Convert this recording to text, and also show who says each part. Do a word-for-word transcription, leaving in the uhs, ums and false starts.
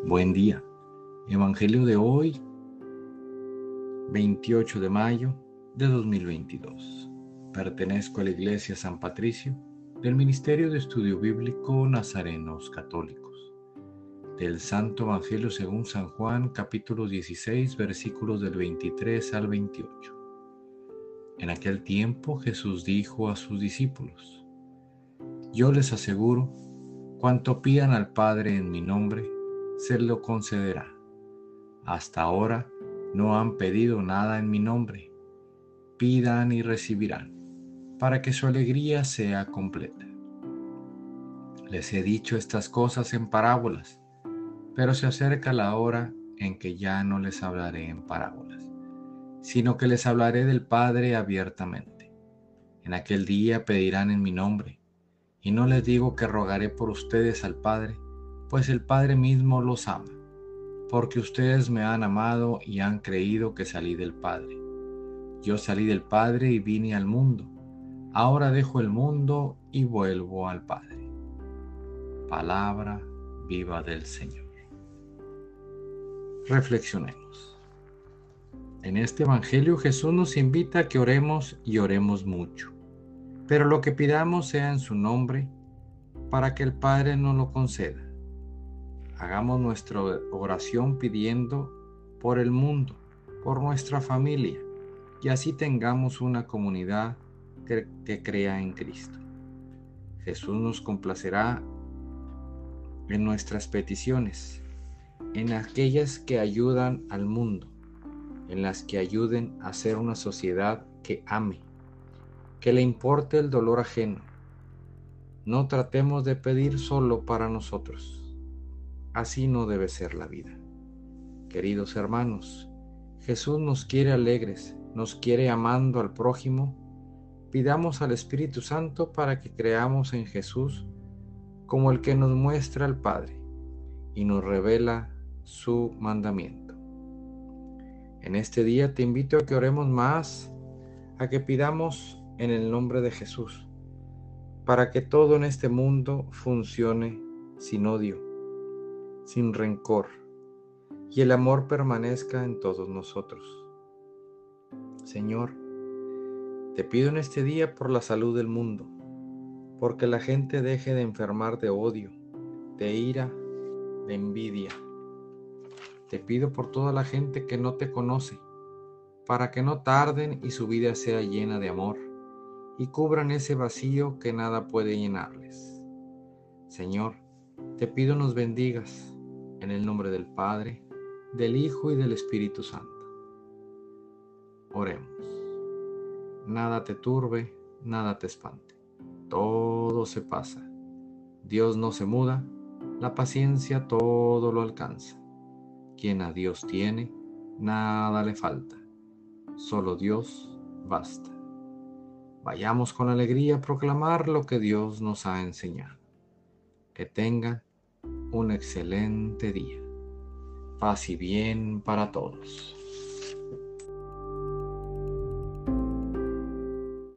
Speaker 1: Buen día. Evangelio de hoy, veintiocho de mayo de dos mil veintidós. Pertenezco a la Iglesia San Patricio del Ministerio de Estudio Bíblico Nazarenos Católicos. Del Santo Evangelio según San Juan, capítulo dieciséis, versículos del veintitrés al veintiocho. En aquel tiempo Jesús dijo a sus discípulos: Yo les aseguro, cuanto pidan al Padre en mi nombre, se lo concederá. Hasta ahora no han pedido nada en mi nombre. Pidan y recibirán, para que su alegría sea completa. Les he dicho estas cosas en parábolas, pero se acerca la hora en que ya no les hablaré en parábolas, sino que les hablaré del Padre abiertamente. En aquel día pedirán en mi nombre, y no les digo que rogaré por ustedes al Padre, pues el Padre mismo los ama, porque ustedes me han amado y han creído que salí del Padre. Yo salí del Padre y vine al mundo. Ahora dejo el mundo y vuelvo al Padre. Palabra viva del Señor. Reflexionemos. En este Evangelio Jesús nos invita a que oremos y oremos mucho, pero lo que pidamos sea en su nombre para que el Padre nos lo conceda. Hagamos nuestra oración pidiendo por el mundo, por nuestra familia, y así tengamos una comunidad que, que crea en Cristo. Jesús nos complacerá en nuestras peticiones, en aquellas que ayudan al mundo, en las que ayuden a ser una sociedad que ame, que le importe el dolor ajeno. No tratemos de pedir solo para nosotros. Así no debe ser la vida. Queridos hermanos, Jesús nos quiere alegres, nos quiere amando al prójimo. Pidamos al Espíritu Santo para que creamos en Jesús como el que nos muestra al Padre y nos revela su mandamiento. En este día te invito a que oremos más, a que pidamos en el nombre de Jesús, para que todo en este mundo funcione sin odio, sin rencor, y el amor permanezca en todos nosotros. Señor, te pido en este día por la salud del mundo, porque la gente deje de enfermar de odio, de ira, de envidia. Te pido por toda la gente que no te conoce, para que no tarden y su vida sea llena de amor, y cubran ese vacío que nada puede llenarles. Señor, te pido nos bendigas, en el nombre del Padre, del Hijo y del Espíritu Santo. Oremos. Nada te turbe, nada te espante. Todo se pasa. Dios no se muda, la paciencia todo lo alcanza. Quien a Dios tiene, nada le falta. Solo Dios basta. Vayamos con alegría a proclamar lo que Dios nos ha enseñado. Que tengan un excelente día. Paz y bien para todos.